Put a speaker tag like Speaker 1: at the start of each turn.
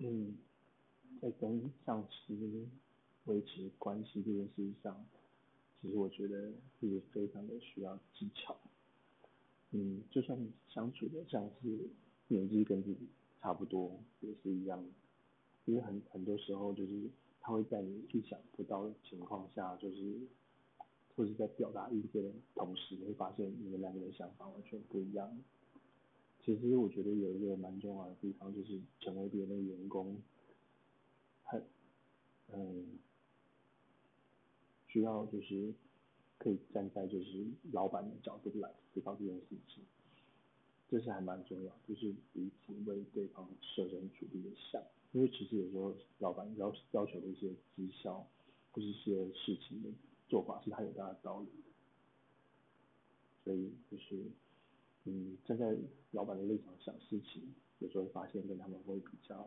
Speaker 1: 嗯，在跟上司维持关系这件事上，其实我觉得是非常的需要技巧。就算相处的像是年纪跟自己差不多，也是一样，因为很多时候就是他会在你意想不到的情况下，就是或是在表达意见的同时，你会发现你们两个人想法完全不一样。其实我觉得有一个蛮重要的地方，就是成为别人的员工，很嗯需要就是可以站在就是老板的角度来思考这件事情，这是还蛮重要，就是彼此为对方设身处地的想，因为其实有时候老板要求的一些绩效或是一些事情的做法是他有他的道理，所以站在老板的立场想事情，有时候会发现跟他们会比较